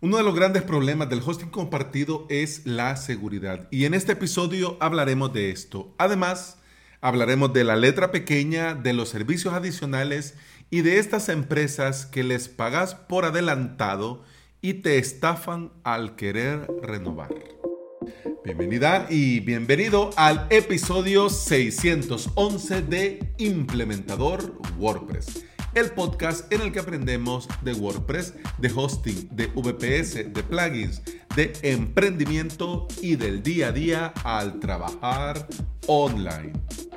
Uno de los grandes problemas del hosting compartido es la seguridad y en este episodio hablaremos de esto. Además, hablaremos de la letra pequeña, de los servicios adicionales y de estas empresas que les pagas por adelantado y te estafan al querer renovar. Bienvenida y bienvenido al episodio 611 de Implementador WordPress, el podcast en el que aprendemos de WordPress, de hosting, de VPS, de plugins, de emprendimiento y del día a día al trabajar online.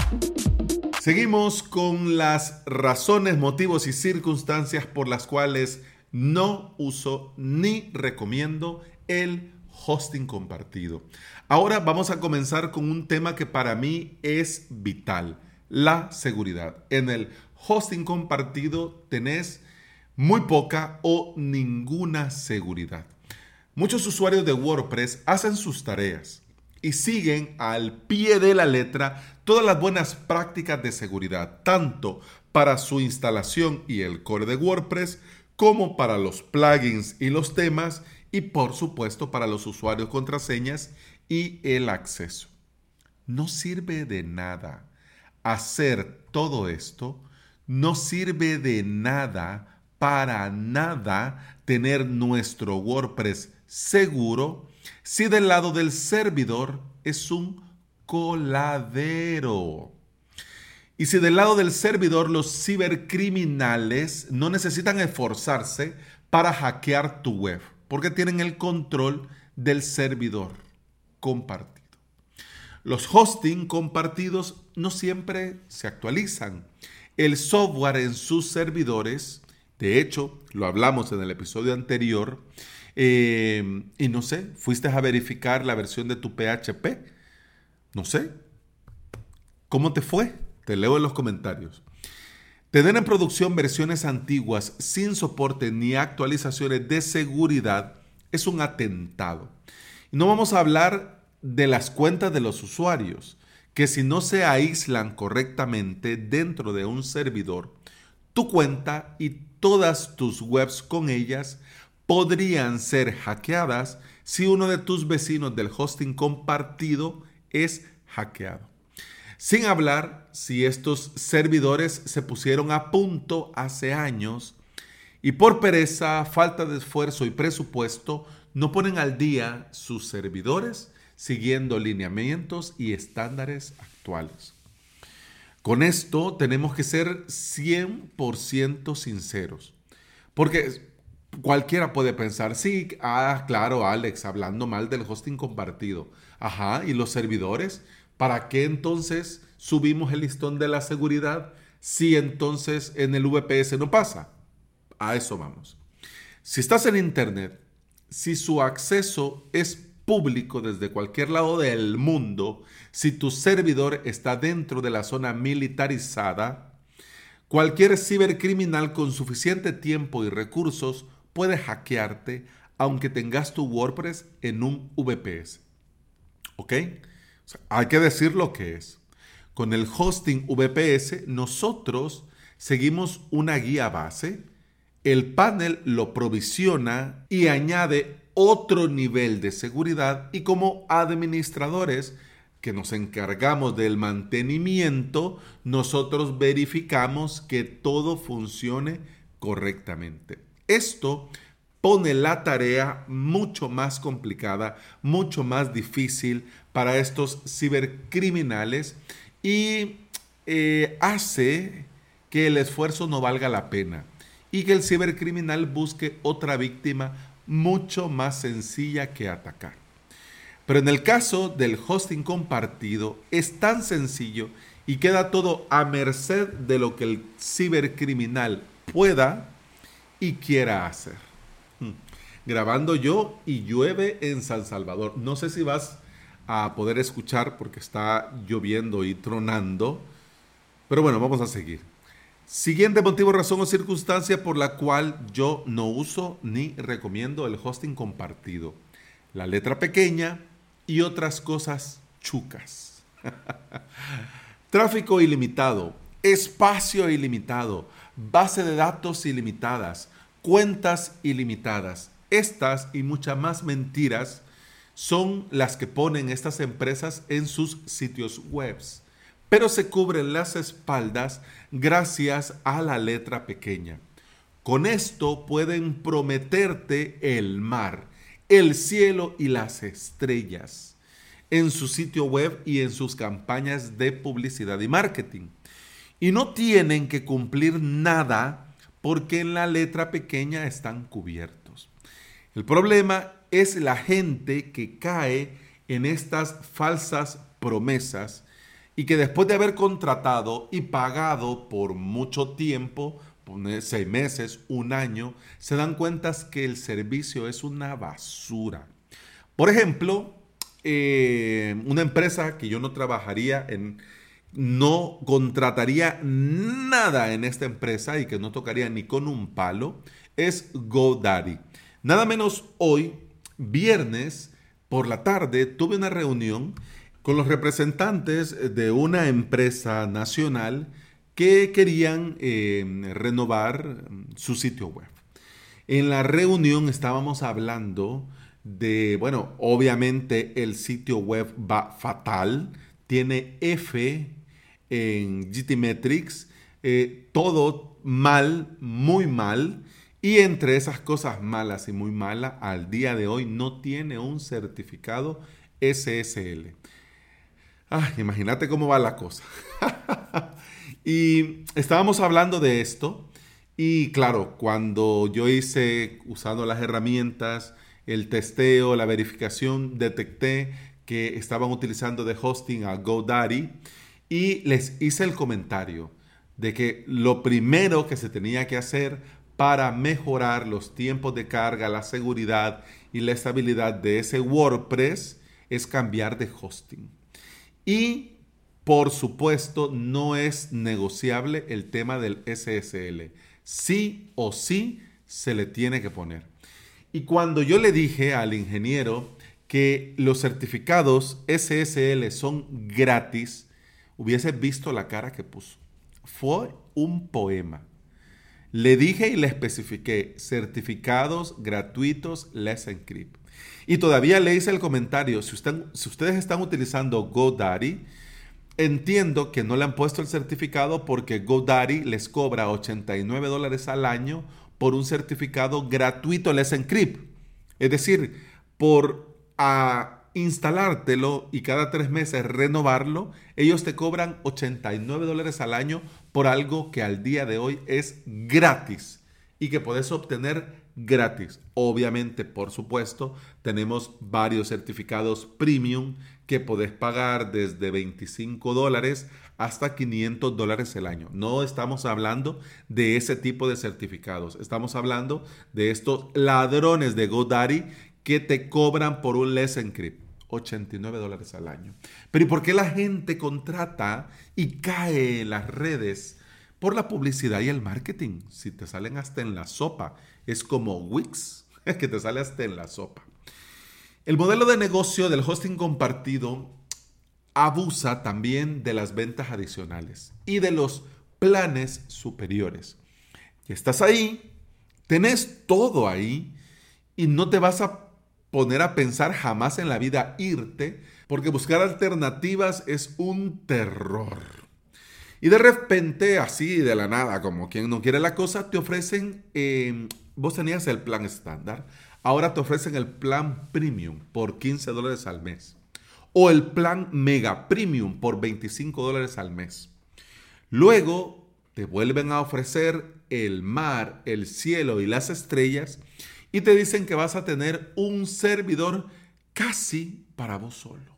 Seguimos con las razones, motivos y circunstancias por las cuales no uso ni recomiendo el hosting compartido. Ahora vamos a comenzar con un tema que para mí es vital, la seguridad. En el hosting compartido tenés muy poca o ninguna seguridad. Muchos usuarios de WordPress hacen sus tareas y siguen al pie de la letra todas las buenas prácticas de seguridad, tanto para su instalación y el core de WordPress, como para los plugins y los temas, y por supuesto para los usuarios, contraseñas y el acceso. No sirve de nada hacer todo esto, no sirve de nada, para nada, tener nuestro WordPress seguro si del lado del servidor es un coladero. Y si del lado del servidor los cibercriminales no necesitan esforzarse para hackear tu web, porque tienen el control del servidor compartido. Los hosting compartidos no siempre se actualizan. El software en sus servidores, de hecho, lo hablamos en el episodio anterior, y no sé, fuiste a verificar la versión de tu PHP. No sé, ¿cómo te fue? Te leo en los comentarios. Tener en producción versiones antiguas sin soporte ni actualizaciones de seguridad es un atentado. Y no vamos a hablar de las cuentas de los usuarios, que si no se aíslan correctamente dentro de un servidor, tu cuenta y todas tus webs con ellas podrían ser hackeadas si uno de tus vecinos del hosting compartido es hackeado. Sin hablar si estos servidores se pusieron a punto hace años y por pereza, falta de esfuerzo y presupuesto no ponen al día sus servidores siguiendo lineamientos y estándares actuales. Con esto tenemos que ser 100% sinceros, porque cualquiera puede pensar, sí, claro, Alex, hablando mal del hosting compartido. Ajá, ¿y los servidores? ¿Para qué entonces subimos el listón de la seguridad si entonces en el VPS no pasa? A eso vamos. Si estás en Internet, si su acceso es público desde cualquier lado del mundo, si tu servidor está dentro de la zona militarizada, cualquier cibercriminal con suficiente tiempo y recursos puede hackearte aunque tengas tu WordPress en un VPS. ¿Ok? O sea, hay que decir lo que es. Con el hosting VPS nosotros seguimos una guía base, el panel lo provisiona y añade otro nivel de seguridad y como administradores que nos encargamos del mantenimiento, nosotros verificamos que todo funcione correctamente. Esto pone la tarea mucho más complicada, mucho más difícil para estos cibercriminales y hace que el esfuerzo no valga la pena y que el cibercriminal busque otra víctima mucho más sencilla que atacar. Pero en el caso del hosting compartido es tan sencillo y queda todo a merced de lo que el cibercriminal pueda y quiera hacer. Grabando yo y llueve en San Salvador. No sé si vas a poder escuchar porque está lloviendo y tronando. Pero bueno, vamos a seguir. Siguiente motivo, razón o circunstancia por la cual yo no uso ni recomiendo el hosting compartido. La letra pequeña y otras cosas chucas. Tráfico ilimitado, espacio ilimitado, base de datos ilimitadas, cuentas ilimitadas. Estas y muchas más mentiras son las que ponen estas empresas en sus sitios web, pero se cubren las espaldas gracias a la letra pequeña. Con esto pueden prometerte el mar, el cielo y las estrellas en su sitio web y en sus campañas de publicidad y marketing. Y no tienen que cumplir nada porque en la letra pequeña están cubiertos. El problema es la gente que cae en estas falsas promesas y que después de haber contratado y pagado por mucho tiempo, 6 meses, un año, se dan cuenta que el servicio es una basura. Por ejemplo, una empresa que yo no trabajaría no contrataría nada en esta empresa y que no tocaría ni con un palo, es GoDaddy. Nada menos hoy, viernes, por la tarde, tuve una reunión con los representantes de una empresa nacional que querían renovar su sitio web. En la reunión estábamos hablando de, bueno, obviamente el sitio web va fatal, tiene F en GTmetrix, todo mal, muy mal, y entre esas cosas malas y muy malas, al día de hoy no tiene un certificado SSL. Imagínate cómo va la cosa. Y estábamos hablando de esto y claro, cuando yo hice, usando las herramientas, el testeo, la verificación, detecté que estaban utilizando de hosting a GoDaddy y les hice el comentario de que lo primero que se tenía que hacer para mejorar los tiempos de carga, la seguridad y la estabilidad de ese WordPress es cambiar de hosting. Y por supuesto no es negociable el tema del SSL. Sí o sí se le tiene que poner. Y cuando yo le dije al ingeniero que los certificados SSL son gratis, hubiese visto la cara que puso. Fue un poema. Le dije y le especifiqué certificados gratuitos Let's Encrypt. Y todavía le hice el comentario, si ustedes están utilizando GoDaddy, entiendo que no le han puesto el certificado porque GoDaddy les cobra $89 al año por un certificado gratuito Let's Encrypt. Es decir, por instalártelo y cada 3 meses renovarlo, ellos te cobran $89 al año por algo que al día de hoy es gratis y que puedes obtener gratis. Obviamente, por supuesto, tenemos varios certificados premium que podés pagar desde $25 hasta $500 el año. No estamos hablando de ese tipo de certificados. Estamos hablando de estos ladrones de GoDaddy que te cobran por un Let's Encrypt. $89 al año. Pero ¿y por qué la gente contrata y cae en las redes? Por la publicidad y el marketing. Si te salen hasta en la sopa. Es como Wix, que te sale hasta en la sopa. El modelo de negocio del hosting compartido abusa también de las ventas adicionales y de los planes superiores. Y estás ahí, tenés todo ahí y no te vas a poner a pensar jamás en la vida irte, porque buscar alternativas es un terror. Y de repente, así de la nada, como quien no quiere la cosa, te ofrecen, vos tenías el plan estándar, ahora te ofrecen el plan premium por $15 al mes. O el plan mega premium por $25 al mes. Luego te vuelven a ofrecer el mar, el cielo y las estrellas y te dicen que vas a tener un servidor casi para vos solo.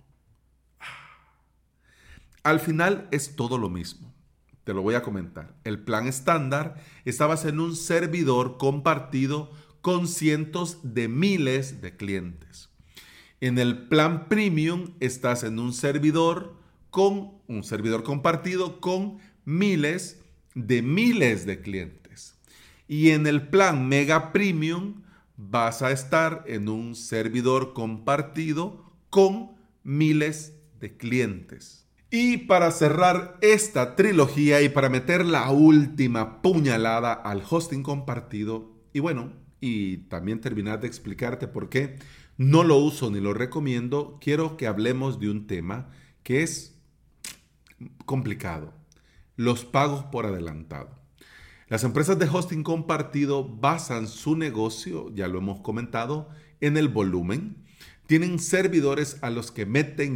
Al final es todo lo mismo. Te lo voy a comentar. El plan estándar estabas en un servidor compartido con cientos de miles de clientes. En el plan premium estás en un servidor compartido con miles de clientes. Y en el plan mega premium vas a estar en un servidor compartido con miles de clientes. Y para cerrar esta trilogía y para meter la última puñalada al hosting compartido, y bueno, y también terminar de explicarte por qué no lo uso ni lo recomiendo, quiero que hablemos de un tema que es complicado: los pagos por adelantado. Las empresas de hosting compartido basan su negocio, ya lo hemos comentado, en el volumen. Tienen servidores a los que meten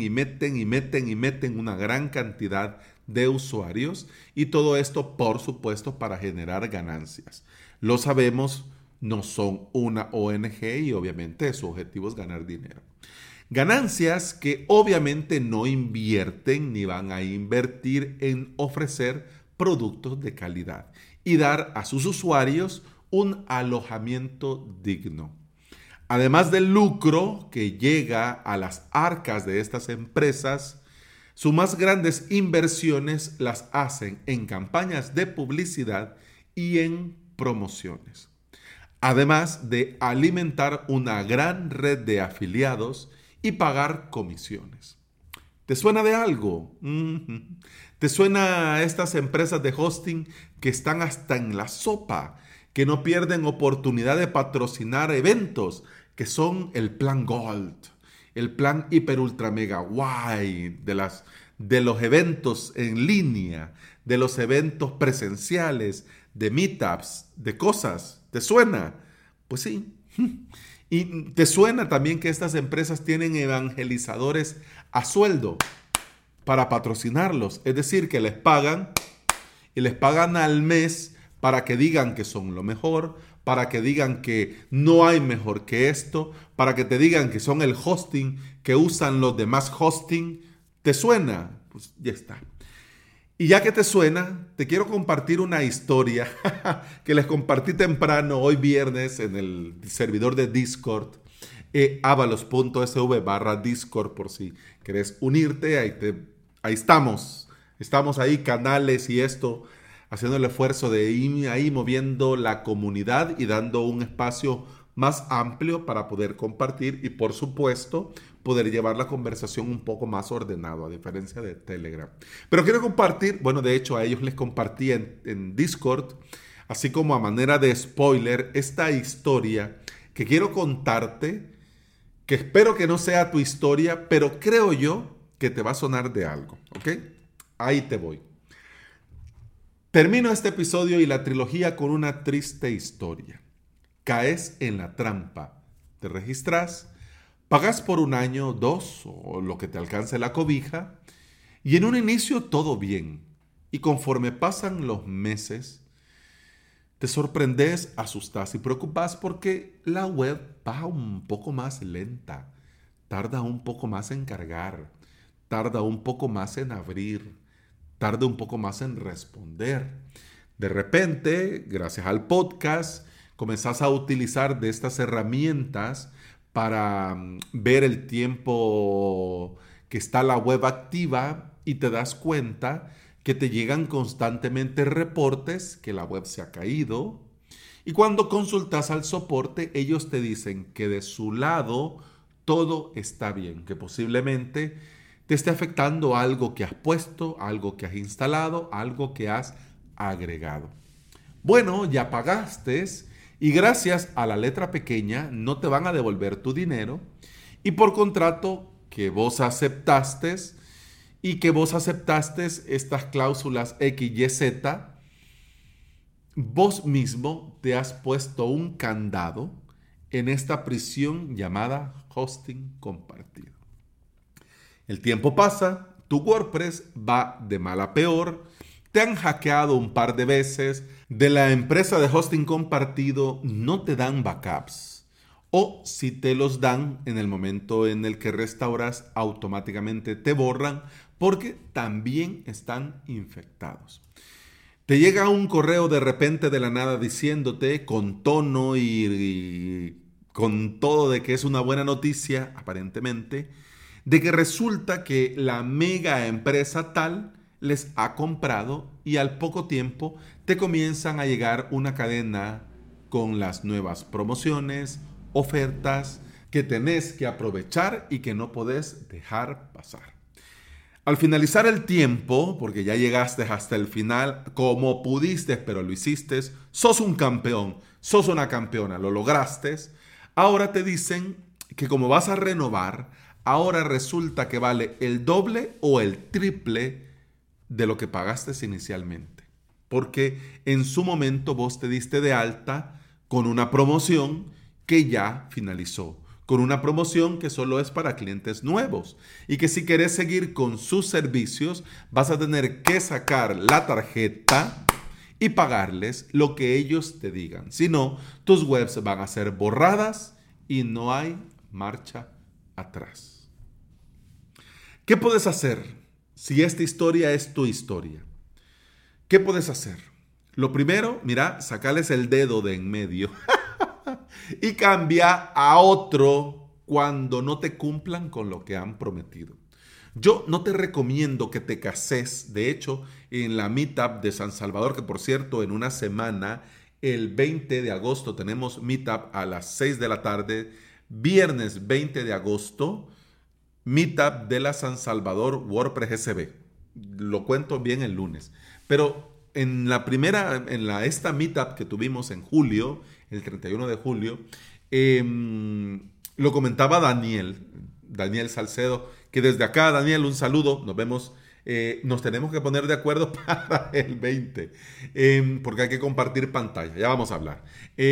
una gran cantidad de usuarios, y todo esto, por supuesto, para generar ganancias. Lo sabemos, no son una ONG y obviamente su objetivo es ganar dinero. Ganancias que obviamente no invierten ni van a invertir en ofrecer productos de calidad y dar a sus usuarios un alojamiento digno. Además del lucro que llega a las arcas de estas empresas, sus más grandes inversiones las hacen en campañas de publicidad y en promociones. Además de alimentar una gran red de afiliados y pagar comisiones. ¿Te suena de algo? ¿Te suena a estas empresas de hosting que están hasta en la sopa, que no pierden oportunidad de patrocinar eventos, que son el plan Gold, el plan Hiper Ultra Mega Guay, de los eventos en línea, de los eventos presenciales, de meetups, de cosas? ¿Te suena? Pues sí. ¿Y te suena también que estas empresas tienen evangelizadores a sueldo para patrocinarlos? Es decir, que les pagan y les pagan al mes para que digan que son lo mejor, para que digan que no hay mejor que esto, para que te digan que son el hosting que usan los demás hosting. ¿Te suena? Pues ya está. Y ya que te suena, te quiero compartir una historia que les compartí temprano hoy viernes en el servidor de Discord, avalos.sv/Discord, por si querés unirte. Ahí estamos. Estamos ahí, canales y esto, haciendo el esfuerzo de ir ahí moviendo la comunidad y dando un espacio más amplio para poder compartir y, por supuesto, poder llevar la conversación un poco más ordenado, a diferencia de Telegram. Pero quiero compartir, bueno, de hecho a ellos les compartí en Discord, así como a manera de spoiler, esta historia que quiero contarte, que espero que no sea tu historia, pero creo yo que te va a sonar de algo, ¿ok? Ahí te voy. Termino este episodio y la trilogía con una triste historia. Caes en la trampa, te registras, pagas por un año, 2 o lo que te alcance la cobija, y en un inicio todo bien. Y conforme pasan los meses, te sorprendes, asustas y preocupas porque la web va un poco más lenta, tarda un poco más en cargar, tarda un poco más en abrir, tarda un poco más en responder. De repente, gracias al podcast, comenzás a utilizar de estas herramientas para ver el tiempo que está la web activa y te das cuenta que te llegan constantemente reportes que la web se ha caído. Y cuando consultas al soporte, ellos te dicen que de su lado todo está bien, que posiblemente te esté afectando algo que has puesto, algo que has instalado, algo que has agregado. Bueno, ya pagaste y gracias a la letra pequeña no te van a devolver tu dinero, y por contrato que vos aceptaste estas cláusulas X, Y, Z, vos mismo te has puesto un candado en esta prisión llamada hosting compartido. El tiempo pasa, tu WordPress va de mal a peor, te han hackeado un par de veces, de la empresa de hosting compartido no te dan backups, o si te los dan, en el momento en el que restauras, automáticamente te borran porque también están infectados. Te llega un correo de repente de la nada diciéndote con tono y con todo de que es una buena noticia, aparentemente, de que resulta que la mega empresa tal les ha comprado, y al poco tiempo te comienzan a llegar una cadena con las nuevas promociones, ofertas que tenés que aprovechar y que no podés dejar pasar. Al finalizar el tiempo, porque ya llegaste hasta el final, como pudiste, pero lo hiciste, sos un campeón, sos una campeona, lo lograste. Ahora te dicen que como vas a renovar, ahora resulta que vale el doble o el triple de lo que pagaste inicialmente. Porque en su momento vos te diste de alta con una promoción que ya finalizó, con una promoción que solo es para clientes nuevos y que si querés seguir con sus servicios vas a tener que sacar la tarjeta y pagarles lo que ellos te digan. Si no, tus webs van a ser borradas y no hay marcha atrás. ¿Qué puedes hacer si esta historia es tu historia? ¿Qué puedes hacer? Lo primero, mira, sacarles el dedo de en medio y cambia a otro cuando no te cumplan con lo que han prometido. Yo no te recomiendo que te cases. De hecho, en la Meetup de San Salvador, que por cierto, en una semana, el 20 de agosto, tenemos Meetup a las 6 de la tarde. Viernes 20 de agosto, Meetup de la San Salvador WordPress SB. Lo cuento bien el lunes. Pero en esta Meetup que tuvimos en julio, el 31 de julio, lo comentaba Daniel Salcedo, que desde acá, Daniel, un saludo, nos vemos, nos tenemos que poner de acuerdo para el 20, porque hay que compartir pantalla, ya vamos a hablar.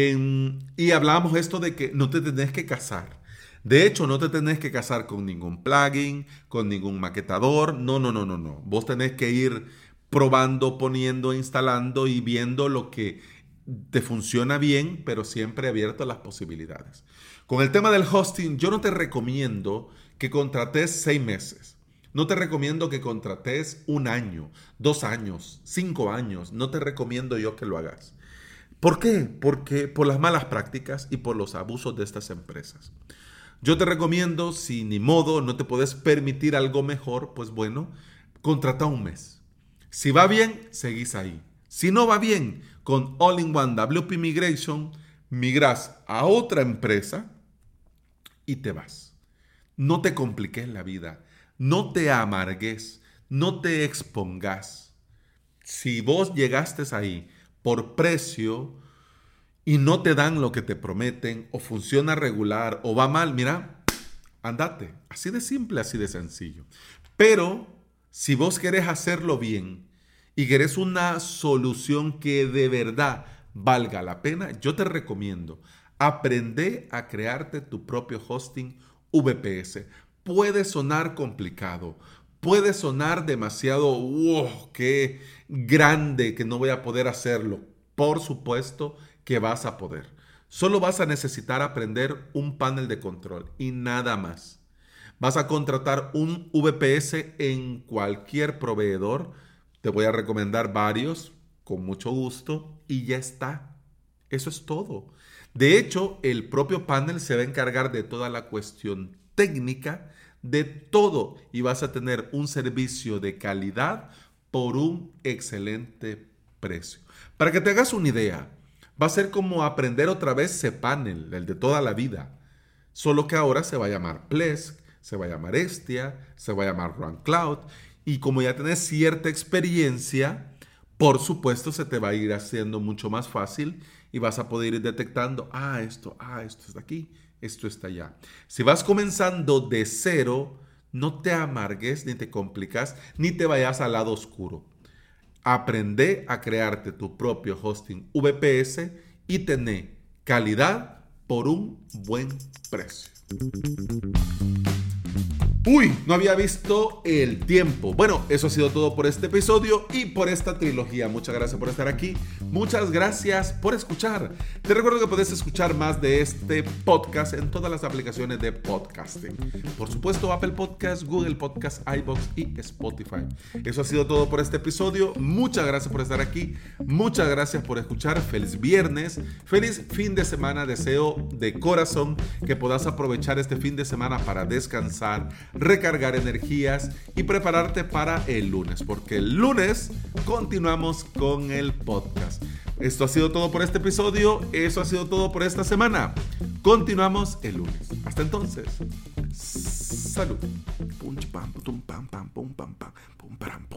Y hablábamos esto de que no te tenés que casar. De hecho, no te tenés que casar con ningún plugin, con ningún maquetador, no. Vos tenés que ir probando, poniendo, instalando y viendo lo que te funciona bien, pero siempre abierto a las posibilidades. Con el tema del hosting, yo no te recomiendo que contrates 6 meses. No te recomiendo que contrates 1 año, 2 años, 5 años. No te recomiendo yo que lo hagas. ¿Por qué? Porque por las malas prácticas y por los abusos de estas empresas. Yo te recomiendo, si ni modo no te puedes permitir algo mejor, pues bueno, contrata 1 mes. Si va bien, seguís ahí. Si no va bien, con All-in-One WP Migration, migras a otra empresa y te vas. No te compliques la vida, no te amargues, no te expongas. Si vos llegaste ahí por precio y no te dan lo que te prometen, o funciona regular, o va mal, mira, andate. Así de simple, así de sencillo. Pero si vos querés hacerlo bien y querés una solución que de verdad valga la pena, yo te recomiendo aprender a crearte tu propio hosting VPS. Puede sonar complicado, puede sonar demasiado, qué grande que no voy a poder hacerlo. Por supuesto que vas a poder. Solo vas a necesitar aprender un panel de control y nada más. Vas a contratar un VPS en cualquier proveedor. Te voy a recomendar varios con mucho gusto y ya está. Eso es todo. De hecho, el propio panel se va a encargar de toda la cuestión técnica, de todo, y vas a tener un servicio de calidad por un excelente precio. Para que te hagas una idea, va a ser como aprender otra vez cPanel, el de toda la vida. Solo que ahora se va a llamar Plesk, se va a llamar Estia, se va a llamar RunCloud. Y como ya tenés cierta experiencia, por supuesto se te va a ir haciendo mucho más fácil y vas a poder ir detectando, esto está aquí, esto está allá. Si vas comenzando de cero, no te amargues, ni te complicas, ni te vayas al lado oscuro. Aprende a crearte tu propio hosting VPS y tener calidad por un buen precio. Uy, no había visto el tiempo. Bueno, eso ha sido todo por este episodio y por esta trilogía. Muchas gracias por estar aquí. Muchas gracias por escuchar. Te recuerdo que puedes escuchar más de este podcast en todas las aplicaciones de podcasting. Por supuesto, Apple Podcasts, Google Podcasts, iVoox y Spotify. Eso ha sido todo por este episodio. Muchas gracias por estar aquí. Muchas gracias por escuchar. Feliz viernes. Feliz fin de semana. Deseo de corazón que puedas aprovechar este fin de semana para descansar, recargar energías y prepararte para el lunes, porque el lunes continuamos con el podcast. Esto ha sido todo por este episodio, eso ha sido todo por esta semana. Continuamos el lunes. Hasta entonces, salud. Punch. pam, tum, pam, pam, pum, pam, pam, pum, param,